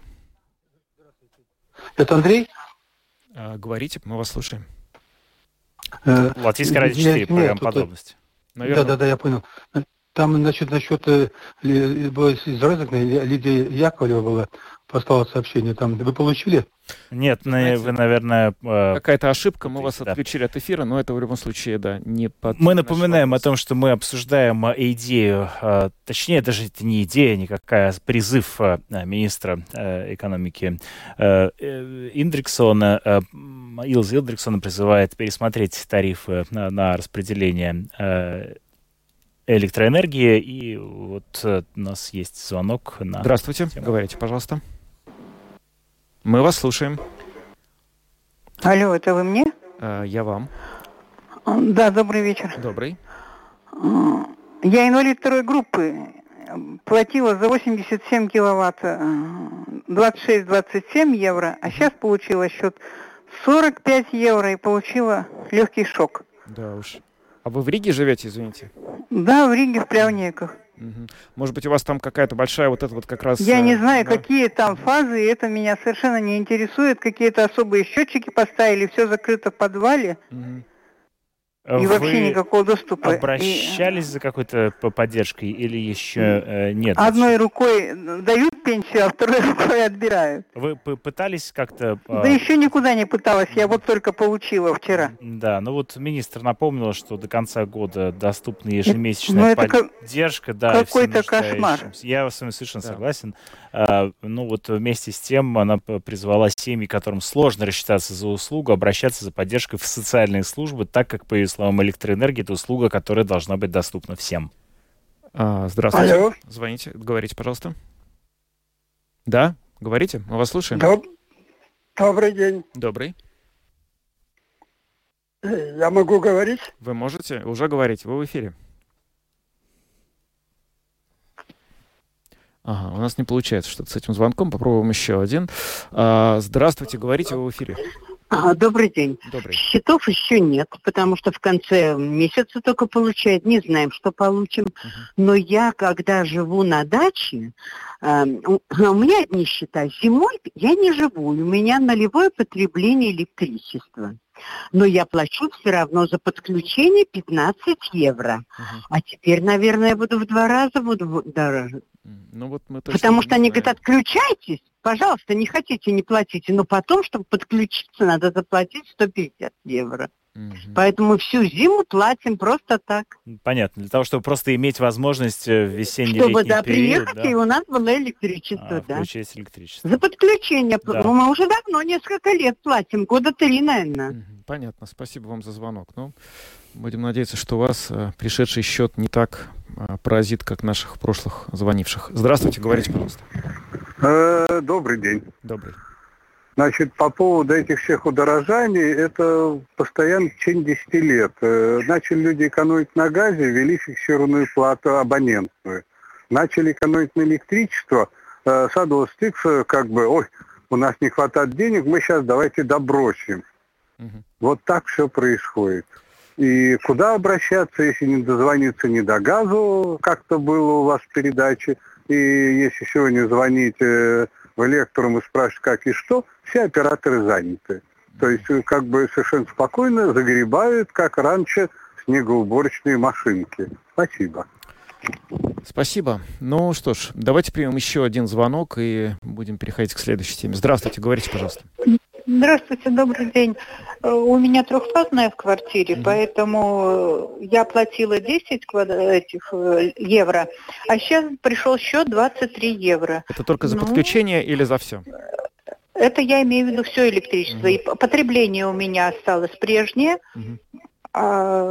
Speaker 12: Это Андрей?
Speaker 4: А, говорите, мы вас слушаем.
Speaker 5: Латвийское радио четыре, программа «Подробности».
Speaker 12: Да, да, да, я понял. Там, значит, насчет из Резекна Лидия Яковлева была, послала сообщение. Там вы получили?
Speaker 5: Нет, знаете, вы, наверное...
Speaker 4: Какая-то ошибка, мы вас да. отключили от эфира, но это в любом случае, да, не под...
Speaker 5: Мы напоминаем о том, что мы обсуждаем идею, точнее, даже это не идея никакая, призыв министра экономики Индриксона. Илз Индриксона призывает пересмотреть тарифы на, на распределение электроэнергии. И вот у нас есть звонок на...
Speaker 4: Здравствуйте, тему. Говорите, пожалуйста. Мы вас слушаем.
Speaker 13: Алло, это вы мне?
Speaker 4: А, я вам.
Speaker 13: Да, добрый вечер.
Speaker 4: Добрый.
Speaker 13: Я инвалид второй группы. Платила за восемьдесят семь киловатт двадцать шесть - двадцать семь евро, а сейчас получила счет сорок пять евро и получила легкий шок.
Speaker 4: Да уж. А вы в Риге живете, извините?
Speaker 13: Да, в Риге, в Плявниках.
Speaker 4: Угу. Может быть, у вас там какая-то большая вот эта вот как раз...
Speaker 13: Я не знаю,
Speaker 4: да.
Speaker 13: какие там фазы, и это меня совершенно не интересует. Какие-то особые счетчики поставили, все закрыто в подвале. Угу. И
Speaker 5: Вы
Speaker 13: вообще никакого доступа.
Speaker 5: Обращались и... за какой-то поддержкой или еще э, нет?
Speaker 13: Одной рукой дают пенсию, а второй рукой отбирают.
Speaker 5: Вы пытались как-то...
Speaker 13: Да э... еще никуда не пыталась, я вот только получила вчера.
Speaker 5: Да, ну вот министр напомнил, что до конца года доступна ежемесячная это, поддержка.
Speaker 13: Ну, да, какой-то кошмар.
Speaker 5: Я с вами совершенно да. согласен. А, ну вот вместе с тем она призвала семьи, которым сложно рассчитаться за услугу, обращаться за поддержкой в социальные службы, так как, по ее словам, электроэнергия — это услуга, которая должна быть доступна всем.
Speaker 4: А, здравствуйте.
Speaker 14: Алло.
Speaker 4: Звоните, говорите, пожалуйста. Да, говорите, мы вас слушаем.
Speaker 14: Доб... Добрый день.
Speaker 4: Добрый.
Speaker 14: Я могу говорить?
Speaker 4: Вы можете, уже говорите, вы в эфире. Ага, у нас не получается что-то с этим звонком, попробуем еще один. А, здравствуйте, говорите, вы в эфире.
Speaker 15: А, добрый день.
Speaker 4: Добрый.
Speaker 15: Счетов еще нет, потому что в конце месяца только получают, не знаем, что получим. Uh-huh. Но я, когда живу на даче, э, у, у меня одни счета. Зимой я не живу, у меня нулевое потребление электричества. Но я плачу все равно за подключение пятнадцать евро. Uh-huh. А теперь, наверное, я буду в два раза буду дороже.
Speaker 4: Ну, вот мы
Speaker 15: Потому что они говорят, отключайтесь, пожалуйста, не хотите, не платите. Но потом, чтобы подключиться, надо заплатить сто пятьдесят евро. Угу. Поэтому всю зиму платим просто так.
Speaker 5: Понятно. Для того, чтобы просто иметь возможность в весенний-летний
Speaker 15: чтобы, да,
Speaker 5: период...
Speaker 15: приехать, да, и у нас было электричество,
Speaker 5: а,
Speaker 15: да.
Speaker 5: включать электричество.
Speaker 15: За подключение.
Speaker 5: Да.
Speaker 15: Ну, мы уже давно, несколько лет платим, года три, наверное.
Speaker 4: Угу. Понятно. Спасибо вам за звонок. Ну, будем надеяться, что у вас а, пришедший счет не так а, поразит, как наших прошлых звонивших. Здравствуйте, говорите, пожалуйста.
Speaker 16: Э, добрый день.
Speaker 4: Добрый.
Speaker 16: Значит, по поводу этих всех удорожаний, это постоянно в течение десяти лет. Э, начали люди экономить на газе, ввели фиксированную плату абонентную. Начали экономить на электричество, э, садовый стык, как бы, ой, у нас не хватает денег, мы сейчас давайте добросим. Угу. Вот так все происходит. И куда обращаться, если не дозвониться не до газу, как-то было у вас в передаче, и если сегодня звонить э, в Электрум и спрашивать, как и что, все операторы заняты. То есть как бы совершенно спокойно загребают, как раньше, снегоуборочные машинки. Спасибо.
Speaker 4: Спасибо. Ну что ж, давайте примем еще один звонок и будем переходить к следующей теме. Здравствуйте, говорите, пожалуйста.
Speaker 17: Здравствуйте, добрый день. У меня трехфазная в квартире, mm-hmm. поэтому я платила десять этих евро, а сейчас пришел счет двадцать три евро.
Speaker 4: Это только за ну, подключение или за все?
Speaker 17: Это я имею в виду все электричество. Mm-hmm. И потребление у меня осталось прежнее. Mm-hmm. А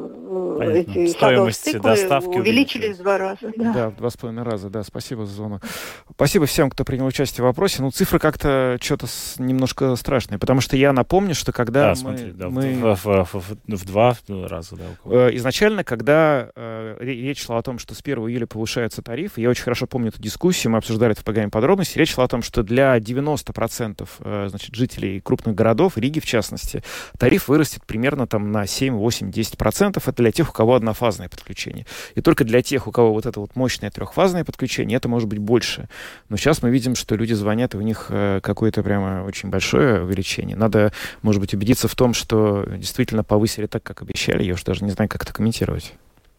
Speaker 17: эти
Speaker 5: стоимость доставки
Speaker 17: увеличились в два раза. Да.
Speaker 4: да, в два с половиной раза, да. Спасибо за звонок. Спасибо всем, кто принял участие в вопросе. Ну, цифры как-то что-то с, немножко страшные, потому что я напомню, что когда
Speaker 5: да,
Speaker 4: мы...
Speaker 5: Смотри, да,
Speaker 4: мы...
Speaker 5: В, в, в, в, в два раза, да. Около.
Speaker 4: Изначально, когда э, речь шла о том, что с первого июля повышаются тарифы, я очень хорошо помню эту дискуссию, мы обсуждали это в программе подробности, речь шла о том, что для девяноста процентов э, значит, жителей крупных городов, Риги в частности, тариф вырастет примерно там на семь, восемь, десять процентов. Это для тех, у кого однофазное подключение. И только для тех, у кого вот это вот мощное трехфазное подключение, это может быть больше. Но сейчас мы видим, что люди звонят, и у них какое-то прямо очень большое увеличение. Надо, может быть, убедиться в том, что действительно повысили так, как обещали. Я уже даже не знаю, как это комментировать.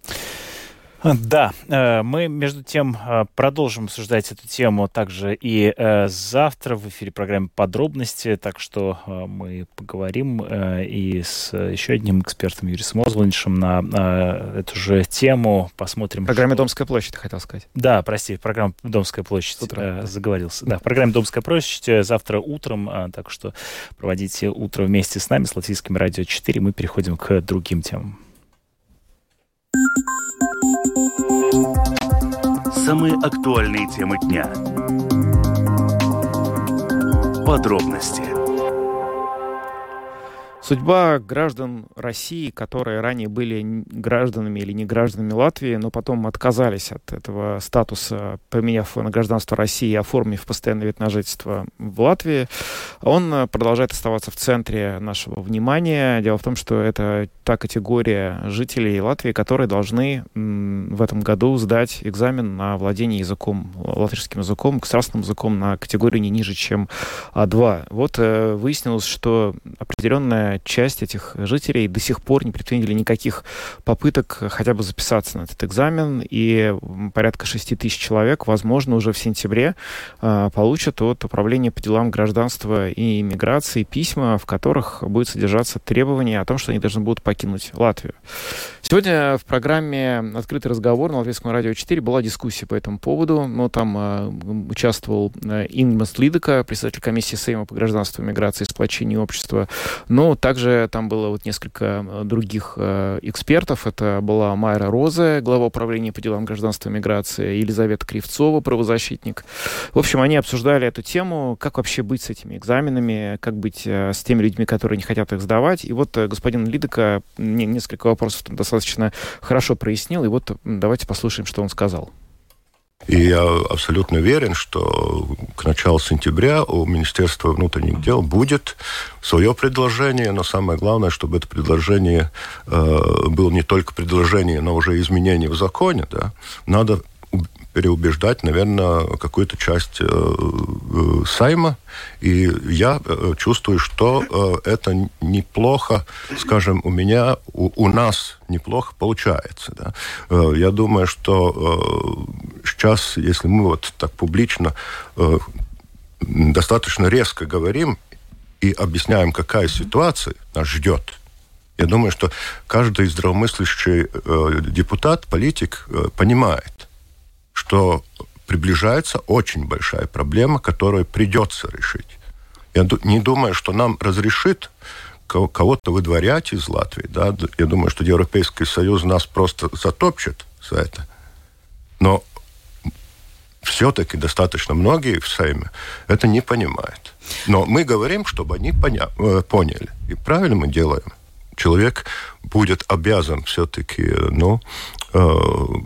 Speaker 5: Да, мы, между тем, продолжим обсуждать эту тему также и завтра в эфире программы «Подробности», так что мы поговорим и с еще одним экспертом Юрисом Озланичем на эту же тему, посмотрим...
Speaker 4: В программе
Speaker 5: что...
Speaker 4: «Домская площадь», хотел сказать.
Speaker 5: Да, прости, программа «Домская площадь», утро, заговорился. Да, в программе «Домская площадь» завтра утром, так что проводите утро вместе с нами, с Латвийским радио четыре, мы переходим к другим темам.
Speaker 9: Самые актуальные темы дня. Подробности.
Speaker 4: Судьба граждан России, которые ранее были гражданами или не гражданами Латвии, но потом отказались от этого статуса, поменяв на гражданство России и оформив постоянный вид на жительство в Латвии, он продолжает оставаться в центре нашего внимания. Дело в том, что это та категория жителей Латвии, которые должны м, в этом году сдать экзамен на владение языком, латышским языком, государственным языком на категорию не ниже, чем А два. Вот э, выяснилось, что определенная часть этих жителей до сих пор не предприняли никаких попыток хотя бы записаться на этот экзамен, и порядка шести тысяч человек, возможно, уже в сентябре э, получат от Управления по делам гражданства и иммиграции письма, в которых будет содержаться требование о том, что они должны будут покинуть Латвию. Сегодня в программе «Открытый разговор» на Латвийском радио четыре была дискуссия по этому поводу. Ну, там э, участвовал э, Ингмарс Лидека, председатель комиссии Сейма по гражданству, миграции и сплочению общества. Но также там было вот несколько других э, экспертов. Это была Майра Розе, глава управления по делам гражданства и миграции, Елизавета Кривцова, правозащитник. В общем, они обсуждали эту тему, как вообще быть с этими экзаменами, как быть э, с теми людьми, которые не хотят их сдавать. И вот э, господин Лидека не, несколько вопросов там достаточно хорошо прояснил. И вот давайте послушаем, что он сказал.
Speaker 18: И я абсолютно уверен, что к началу сентября у Министерства внутренних дел будет свое предложение, но самое главное, чтобы это предложение э, было не только предложение, но уже изменение в законе. Да? Надо переубеждать, наверное, какую-то часть э, э, Сайма. И я э, чувствую, что э, это неплохо, скажем, у меня, у, у нас неплохо получается. Да? Э, я думаю, что э, сейчас, если мы вот так публично э, достаточно резко говорим и объясняем, какая ситуация нас ждет, я думаю, что каждый здравомыслящий э, депутат, политик э, понимает, что приближается очень большая проблема, которую придется решить. Я не думаю, что нам разрешит кого-то выдворять из Латвии. Да? Я думаю, что Европейский Союз нас просто затопчет за это. Но все-таки достаточно многие в Сейме это не понимают. Но мы говорим, чтобы они поня- поняли. И правильно мы делаем. Человек будет обязан все-таки, ну, э-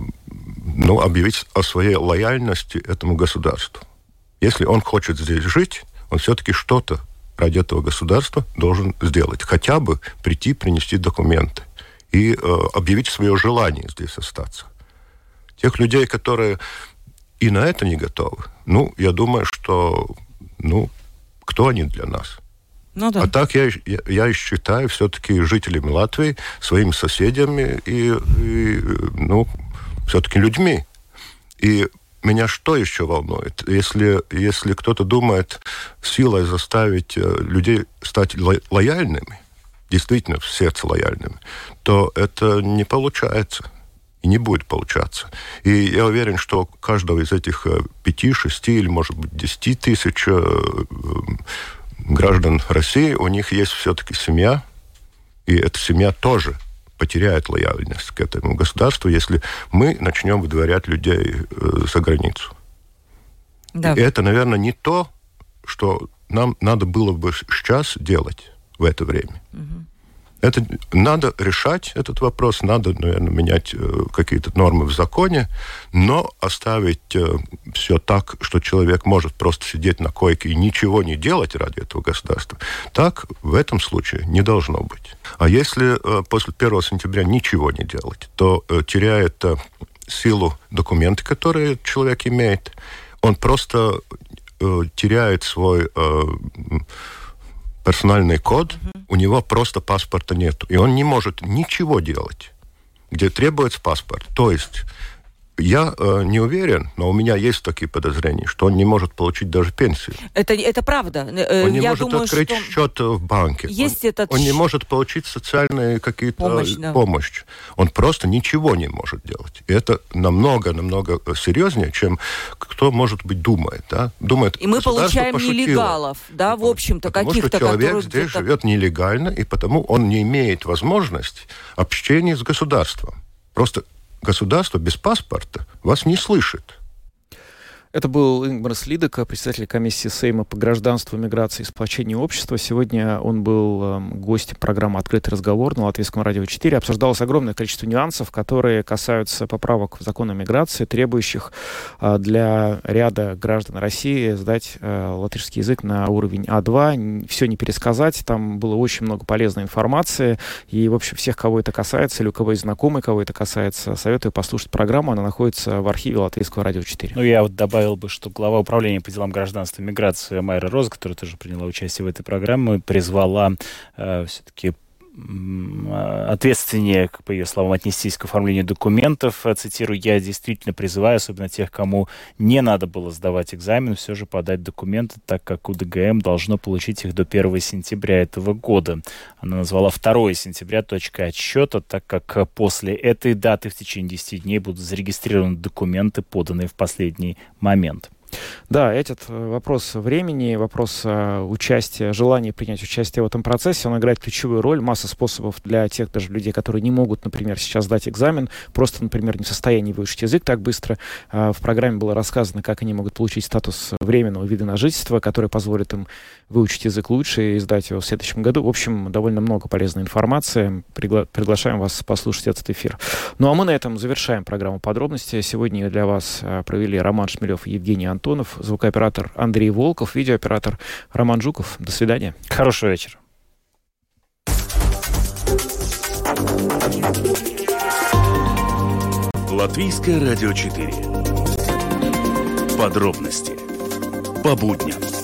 Speaker 18: ну, объявить о своей лояльности этому государству. Если он хочет здесь жить, он все-таки что-то ради этого государства должен сделать. Хотя бы прийти, принести документы и э, объявить свое желание здесь остаться. Тех людей, которые и на это не готовы, ну, я думаю, что, ну, кто они для нас? Ну, да. А так я, я, я считаю все-таки жителями Латвии, своими соседями и, и ну, все-таки людьми. И меня что еще волнует? Если, если кто-то думает силой заставить людей стать ло- лояльными, действительно в сердце лояльными, то это не получается и не будет получаться. И я уверен, что у каждого из этих пяти, шести или, может быть, десяти тысяч граждан России, у них есть все-таки семья, и эта семья тоже потеряет лояльность к этому государству, если мы начнем выдворять людей э, за границу. Да. И это, наверное, не то, что нам надо было бы сейчас делать в это время. Угу. Это надо решать этот вопрос, надо, наверное, менять э, какие-то нормы в законе, но оставить э, все так, что человек может просто сидеть на койке и ничего не делать ради этого государства. Так в этом случае не должно быть. А если э, после первого сентября ничего не делать, то э, теряет э, силу документы, которые человек имеет. Он просто э, теряет свой э, персональный код, uh-huh. у него просто паспорта нету. И он не может ничего делать, где требуется паспорт. То есть я э, не уверен, но у меня есть такие подозрения, что он не может получить даже пенсию.
Speaker 19: Это, это правда.
Speaker 18: Он не
Speaker 19: я
Speaker 18: может
Speaker 19: думаю,
Speaker 18: открыть
Speaker 19: что
Speaker 18: счет в банке.
Speaker 19: Есть
Speaker 18: он,
Speaker 19: этот...
Speaker 18: он не может получить социальную какие-то помощь, да. помощь. Он просто ничего не может делать. И это намного-намного серьезнее, чем кто, может быть, думает. Да? Думает,
Speaker 19: и мы получаем
Speaker 18: пошутило.
Speaker 19: нелегалов, да, в общем-то,
Speaker 18: потому
Speaker 19: каких-то,
Speaker 18: что человек
Speaker 19: которые
Speaker 18: здесь
Speaker 19: где-то...
Speaker 18: живет нелегально, и потому он не имеет возможности общения с государством. Просто государство без паспорта вас не слышит.
Speaker 4: Это был Ингмарс Лидека, председатель комиссии Сейма по гражданству, миграции и сплочению общества. Сегодня он был э, гостем программы «Открытый разговор» на Латвийском радио четыре. Обсуждалось огромное количество нюансов, которые касаются поправок в закон о миграции, требующих э, для ряда граждан России сдать э, латышский язык на уровень А два. Все не пересказать, там было очень много полезной информации. И, в общем, всех, кого это касается, или у кого есть знакомые, кого это касается, советую послушать программу. Она находится в архиве Латвийского радио четыре.
Speaker 5: Ну, я вот добавлю добавил бы, что глава управления по делам гражданства и миграции Майра Роза, которая тоже приняла участие в этой программе, призвала э, все-таки ответственнее, по ее словам, отнестись к оформлению документов. Цитирую, я действительно призываю, особенно тех, кому не надо было сдавать экзамен, все же подать документы, так как УДГМ должно получить их до первого сентября этого года. Она назвала второго сентября точкой отсчета, так как после этой даты в течение десяти дней будут зарегистрированы документы, поданные в последний момент.
Speaker 4: Да, этот вопрос времени, вопрос участия, желания принять участие в этом процессе, он играет ключевую роль. Масса способов для тех даже людей, которые не могут, например, сейчас сдать экзамен, просто, например, не в состоянии выучить язык так быстро. В программе было рассказано, как они могут получить статус временного вида на жительство, который позволит им выучить язык лучше и сдать его в следующем году. В общем, довольно много полезной информации. Пригла- приглашаем вас послушать этот эфир. Ну а мы на этом завершаем программу «Подробности». Сегодня для вас провели Роман Шмелев и Евгений Антонов, звукооператор Андрей Волков, видеооператор Роман Жуков. До свидания.
Speaker 5: Хорошего вечера.
Speaker 9: Латвийское радио четыре. Подробности по будням.